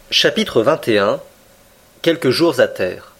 Chapitre 21. Quelques jours à terre.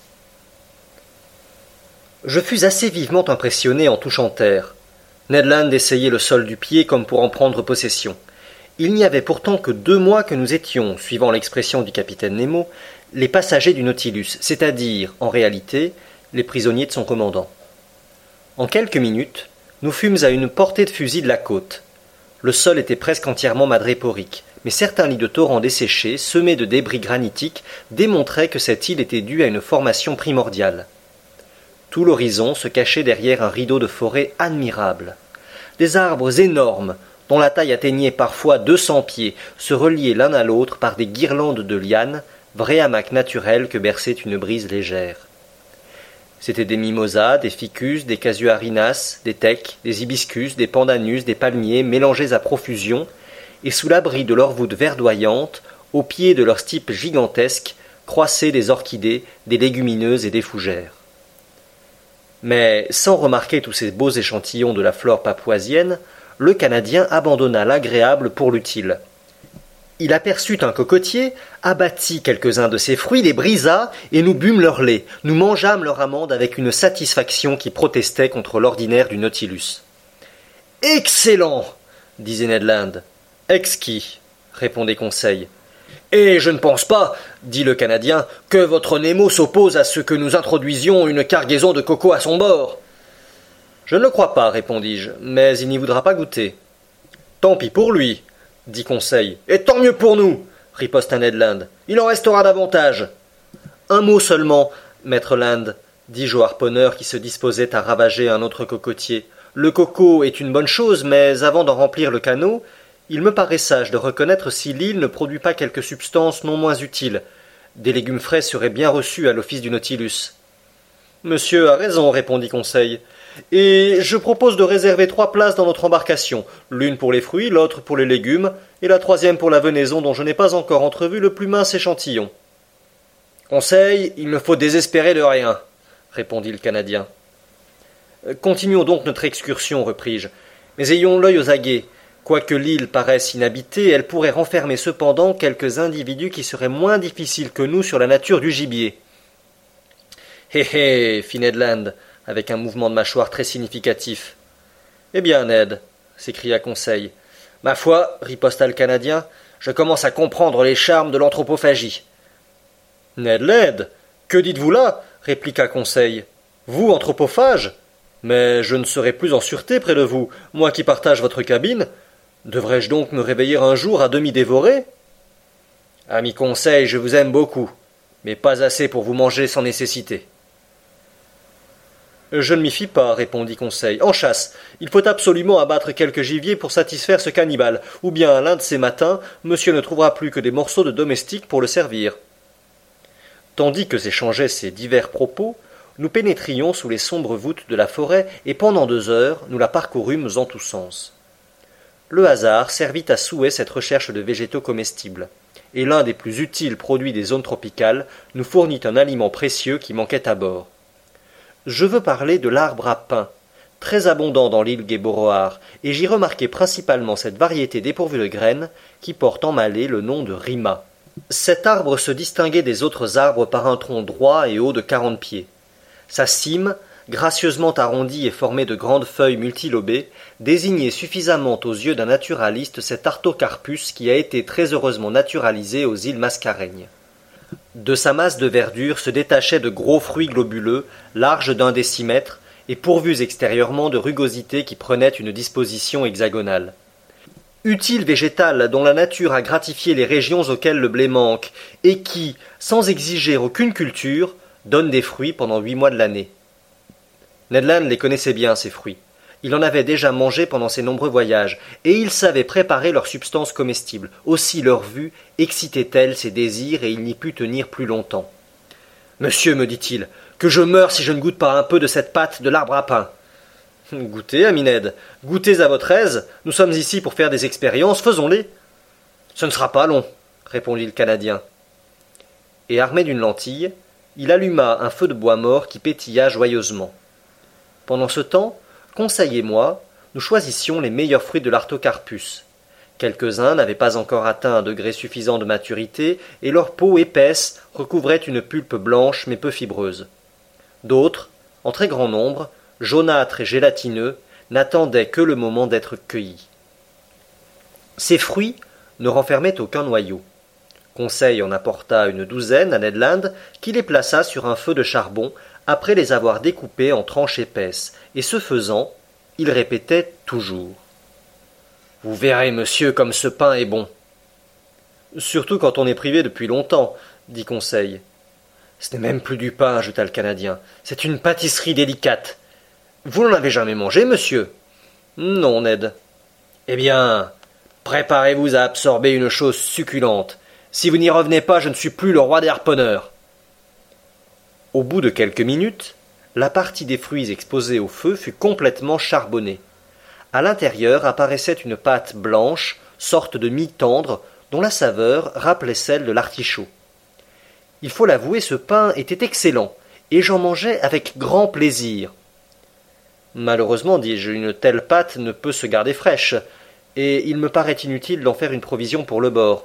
Je fus assez vivement impressionné en touchant terre. Ned Land essayait le sol du pied comme pour en prendre possession. Il n'y avait pourtant que 2 mois que nous étions, suivant l'expression du capitaine Nemo, les passagers du Nautilus, c'est-à-dire, en réalité, les prisonniers de son commandant. En quelques minutes, nous fûmes à une portée de fusil de la côte. Le sol était presque entièrement madréporique, mais certains lits de torrents desséchés, semés de débris granitiques, démontraient que cette île était due à une formation primordiale. Tout l'horizon se cachait derrière un rideau de forêt admirable. Des arbres énormes, dont la taille atteignait parfois 200 pieds, se reliaient l'un à l'autre par des guirlandes de lianes, vrai hamac naturel que berçait une brise légère. C'étaient des mimosas, des ficus, des casuarinas, des tecs, des hibiscus, des pandanus, des palmiers mélangés à profusion, et sous l'abri de leurs voûtes verdoyantes, au pied de leurs stipes gigantesques, croissaient des orchidées, des légumineuses et des fougères. Mais, sans remarquer tous ces beaux échantillons de la flore papouasienne, le Canadien abandonna l'agréable pour l'utile. Il aperçut un cocotier, abattit quelques-uns de ses fruits, les brisa, et nous bûmes leur lait. Nous mangeâmes leur amande avec une satisfaction qui protestait contre l'ordinaire du Nautilus. « Excellent !» disait Ned Land. « Exquis !» répondait Conseil. « Et je ne pense pas, dit le Canadien, que votre Nemo s'oppose à ce que nous introduisions une cargaison de coco à son bord. »« Je ne le crois pas, répondis-je, mais il n'y voudra pas goûter. »« Tant pis pour lui, dit Conseil. « Et tant mieux pour nous, riposta Ned Land. Il en restera davantage. »« Un mot seulement, maître Land, dis-je au harponneur qui se disposait à ravager un autre cocotier. Le coco est une bonne chose, mais avant d'en remplir le canot, il me paraît sage de reconnaître si l'île ne produit pas quelque substance non moins utile. Des légumes frais seraient bien reçus à l'office du Nautilus. »« Monsieur a raison, répondit Conseil. Et je propose de réserver 3 places dans notre embarcation, l'une pour les fruits, l'autre pour les légumes, et la 3e pour la venaison dont je n'ai pas encore entrevu le plus mince échantillon. »« Conseil, il ne faut désespérer de rien, répondit le Canadien. Continuons donc notre excursion, repris-je, mais ayons l'œil aux aguets. Quoique l'île paraisse inhabitée, elle pourrait renfermer cependant quelques individus qui seraient moins difficiles que nous sur la nature du gibier. Hé hé, fit Ned Land, avec un mouvement de mâchoire très significatif. Eh bien, Ned, s'écria Conseil. Ma foi, riposta le Canadien, je commence à comprendre les charmes de l'anthropophagie. Ned Land, que dites-vous là? Répliqua Conseil. Vous, anthropophage? Mais je ne serai plus en sûreté près de vous, moi qui partage votre cabine. Devrais-je donc me réveiller un jour à demi dévoré? Ami Conseil, je vous aime beaucoup, mais pas assez pour vous manger sans nécessité. Je ne m'y fie pas, répondit Conseil. En chasse, il faut absolument abattre quelque gibier pour satisfaire ce cannibale, ou bien l'un de ces matins, monsieur ne trouvera plus que des morceaux de domestique pour le servir. Tandis que s'échangeaient ces divers propos, nous pénétrions sous les sombres voûtes de la forêt, et pendant 2 heures, nous la parcourûmes en tous sens. Le hasard servit à souhait cette recherche de végétaux comestibles, et l'un des plus utiles produits des zones tropicales nous fournit un aliment précieux qui manquait à bord. Je veux parler de l'arbre à pain, très abondant dans l'île Gueboroar, et j'y remarquai principalement cette variété dépourvue de graines qui porte en malais le nom de rima. Cet arbre se distinguait des autres arbres par un tronc droit et haut de 40 pieds. Sa cime, gracieusement arrondie et formée de grandes feuilles multilobées, désignait suffisamment aux yeux d'un naturaliste cet Artocarpus qui a été très heureusement naturalisé aux îles Mascareignes. De sa masse de verdure se détachaient de gros fruits globuleux, larges d'1 décimètre, et pourvus extérieurement de rugosités qui prenaient une disposition hexagonale. Utile végétal dont la nature a gratifié les régions auxquelles le blé manque, et qui, sans exiger aucune culture, donne des fruits pendant 8 mois de l'année. Ned Land les connaissait bien, ces fruits. Il en avait déjà mangé pendant ses nombreux voyages, et il savait préparer leur substance comestible. Aussi leur vue excitait-elle ses désirs, et il n'y put tenir plus longtemps. « Monsieur, me dit-il, que je meure si je ne goûte pas un peu de cette pâte de l'arbre à pain. »« Goûtez, ami Ned, goûtez à votre aise, nous sommes ici pour faire des expériences, faisons-les. »« Ce ne sera pas long, répondit le Canadien. Et armé d'une lentille, il alluma un feu de bois mort qui pétilla joyeusement. Pendant ce temps, Conseil et moi, nous choisissions les meilleurs fruits de l'Artocarpus. Quelques-uns n'avaient pas encore atteint un degré suffisant de maturité, et leur peau épaisse recouvrait une pulpe blanche mais peu fibreuse. D'autres, en très grand nombre, jaunâtres et gélatineux, n'attendaient que le moment d'être cueillis. Ces fruits ne renfermaient aucun noyau. Conseil en apporta une douzaine à Ned Land, qui les plaça sur un feu de charbon après les avoir découpés en tranches épaisses, et ce faisant, il répétait toujours « Vous verrez, monsieur, comme ce pain est bon. » Surtout quand on est privé depuis longtemps, dit Conseil. Ce n'est même plus du pain, ajouta le Canadien, c'est une pâtisserie délicate. Vous n'en avez jamais mangé, monsieur? Non, Ned. Eh bien, préparez-vous à absorber une chose succulente. Si vous n'y revenez pas, je ne suis plus le roi des harponneurs. Au bout de quelques minutes, la partie des fruits exposés au feu fut complètement charbonnée. À l'intérieur apparaissait une pâte blanche, sorte de mie tendre, dont la saveur rappelait celle de l'artichaut. Il faut l'avouer, ce pain était excellent, et j'en mangeais avec grand plaisir. Malheureusement, dis-je, une telle pâte ne peut se garder fraîche, et il me paraît inutile d'en faire une provision pour le bord.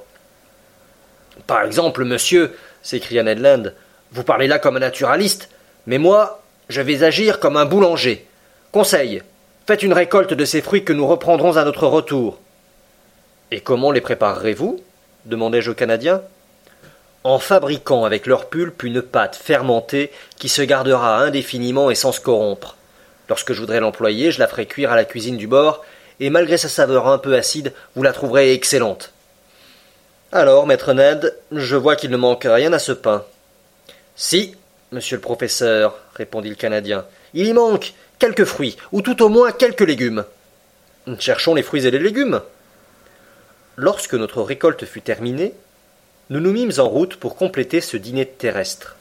Par exemple, monsieur, s'écria Ned Land, vous parlez là comme un naturaliste, mais moi, je vais agir comme un boulanger. Conseil, faites une récolte de ces fruits que nous reprendrons à notre retour. Et comment les préparerez-vous? Demandai-je au Canadien. En fabriquant avec leur pulpe une pâte fermentée qui se gardera indéfiniment et sans se corrompre. Lorsque je voudrais l'employer, je la ferai cuire à la cuisine du bord, et malgré sa saveur un peu acide, vous la trouverez excellente. Alors, maître Ned, je vois qu'il ne manque rien à ce pain. Si, monsieur le professeur, répondit le Canadien, il y manque quelques fruits, ou tout au moins quelques légumes. Cherchons les fruits et les légumes. Lorsque notre récolte fut terminée, nous nous mîmes en route pour compléter ce dîner terrestre.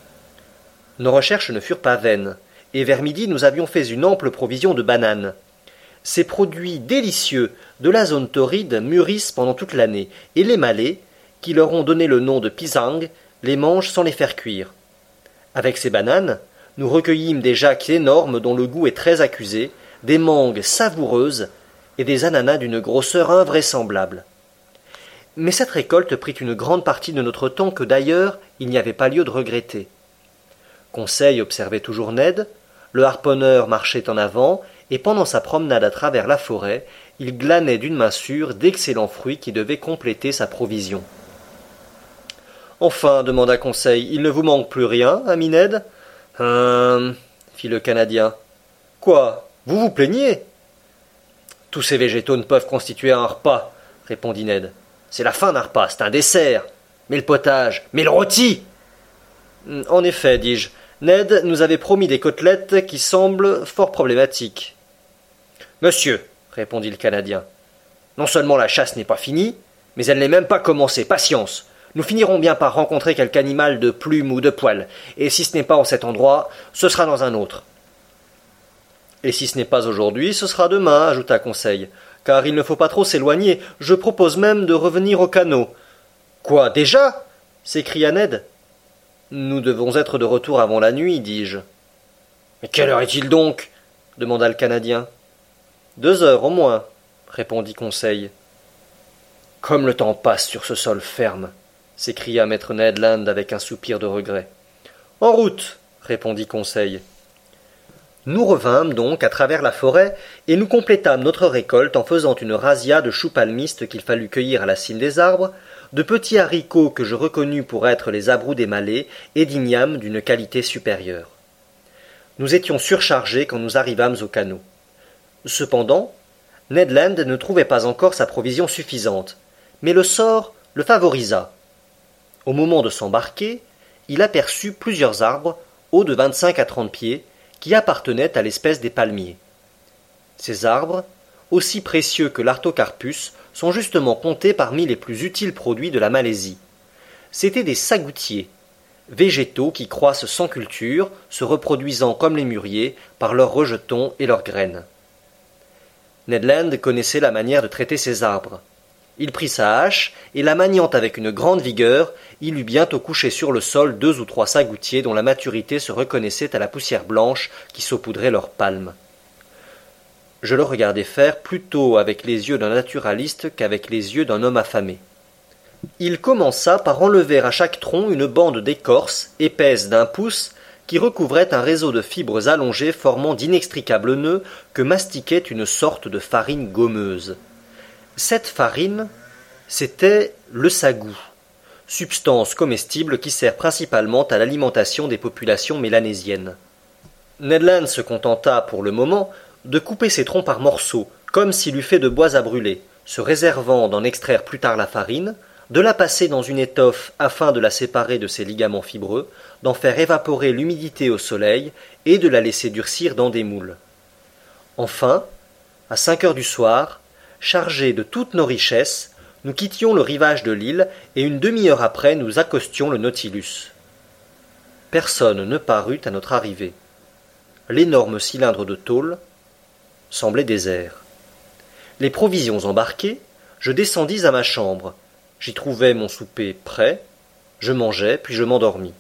Nos recherches ne furent pas vaines, et vers midi nous avions fait une ample provision de bananes. Ces produits délicieux de la zone torride mûrissent pendant toute l'année, et les Malais, qui leur ont donné le nom de pisang, les mangent sans les faire cuire. Avec ces bananes, nous recueillîmes des jacques énormes dont le goût est très accusé, des mangues savoureuses et des ananas d'une grosseur invraisemblable. Mais cette récolte prit une grande partie de notre temps que d'ailleurs il n'y avait pas lieu de regretter. Conseil observait toujours Ned, le harponneur marchait en avant, et pendant sa promenade à travers la forêt, il glanait d'une main sûre d'excellents fruits qui devaient compléter sa provision. Enfin, demanda Conseil, il ne vous manque plus rien, ami Ned? Fit le Canadien. Quoi? Vous vous plaignez? Tous ces végétaux ne peuvent constituer un repas, répondit Ned. C'est la fin d'un repas, c'est un dessert. Mais le potage, mais le rôti! En effet, dis-je, Ned nous avait promis des côtelettes qui semblent fort problématiques. Monsieur, répondit le Canadien, non seulement la chasse n'est pas finie, mais elle n'est même pas commencée. Patience. Nous finirons bien par rencontrer quelque animal de plumes ou de poils, et si ce n'est pas en cet endroit, ce sera dans un autre. Et si ce n'est pas aujourd'hui, ce sera demain, ajouta Conseil, car il ne faut pas trop s'éloigner. Je propose même de revenir au canot. Quoi, déjà? S'écria Ned. Nous devons être de retour avant la nuit, dis-je. Mais quelle heure est-il donc? Demanda le Canadien. 2 heures au moins, répondit Conseil. Comme le temps passe sur ce sol ferme, s'écria maître Ned Land avec un soupir de regret. En route, répondit Conseil. Nous revînmes donc à travers la forêt, et nous complétâmes notre récolte en faisant une razzia de choux palmistes qu'il fallut cueillir à la cime des arbres, de petits haricots que je reconnus pour être les abrous des Malais, et d'ignames d'une qualité supérieure. Nous étions surchargés quand nous arrivâmes au canot. Cependant, Ned Land ne trouvait pas encore sa provision suffisante, mais le sort le favorisa. Au moment de s'embarquer, il aperçut plusieurs arbres, hauts de 25 à 30 pieds, qui appartenaient à l'espèce des palmiers. Ces arbres, aussi précieux que l'artocarpus, sont justement comptés parmi les plus utiles produits de la Malaisie. C'étaient des sagoutiers, végétaux qui croissent sans culture, se reproduisant comme les mûriers par leurs rejetons et leurs graines. Ned Land connaissait la manière de traiter ces arbres. Il prit sa hache, et la maniant avec une grande vigueur, il eut bientôt couché sur le sol 2 ou 3 sagoutiers dont la maturité se reconnaissait à la poussière blanche qui saupoudrait leurs palmes. Je le regardais faire plutôt avec les yeux d'un naturaliste qu'avec les yeux d'un homme affamé. Il commença par enlever à chaque tronc une bande d'écorce, épaisse d'1 pouce, qui recouvrait un réseau de fibres allongées formant d'inextricables nœuds que mastiquait une sorte de farine gommeuse. Cette farine, c'était le sagou, substance comestible qui sert principalement à l'alimentation des populations mélanésiennes. Ned Land se contenta, pour le moment, de couper ces troncs par morceaux, comme s'il eût fait de bois à brûler, se réservant d'en extraire plus tard la farine, de la passer dans une étoffe afin de la séparer de ses ligaments fibreux, d'en faire évaporer l'humidité au soleil et de la laisser durcir dans des moules. Enfin, à 5 heures du soir, chargés de toutes nos richesses, nous quittions le rivage de l'île et une demi-heure après nous accostions le Nautilus. Personne ne parut à notre arrivée. L'énorme cylindre de tôle semblait désert. Les provisions embarquées, je descendis à ma chambre. J'y trouvai mon souper prêt, je mangeai, puis je m'endormis.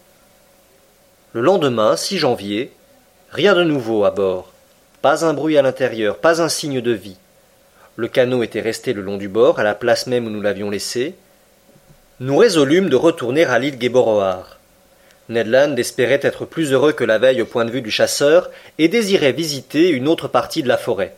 Le lendemain, 6 janvier, rien de nouveau à bord, pas un bruit à l'intérieur, pas un signe de vie. Le canot était resté le long du bord, à la place même où nous l'avions laissé. Nous résolûmes de retourner à l'île Gueboroar. Ned Land espérait être plus heureux que la veille au point de vue du chasseur et désirait visiter une autre partie de la forêt.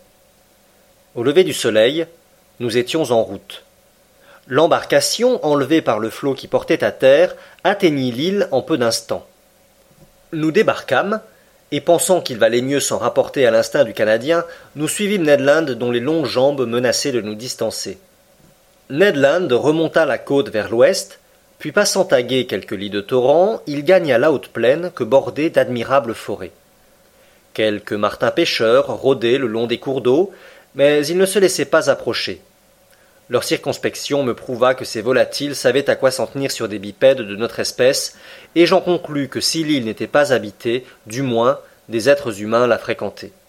Au lever du soleil, nous étions en route. L'embarcation, enlevée par le flot qui portait à terre, atteignit l'île en peu d'instants. Nous débarquâmes, et pensant qu'il valait mieux s'en rapporter à l'instinct du Canadien, nous suivîmes Ned Land dont les longues jambes menaçaient de nous distancer. Ned Land remonta la côte vers l'ouest, puis passant à gué quelques lits de torrent, il gagna la haute plaine que bordaient d'admirables forêts. Quelques martins pêcheurs rôdaient le long des cours d'eau, mais ils ne se laissaient pas approcher. Leur circonspection me prouva que ces volatiles savaient à quoi s'en tenir sur des bipèdes de notre espèce, et j'en conclus que si l'île n'était pas habitée, du moins des êtres humains la fréquentaient.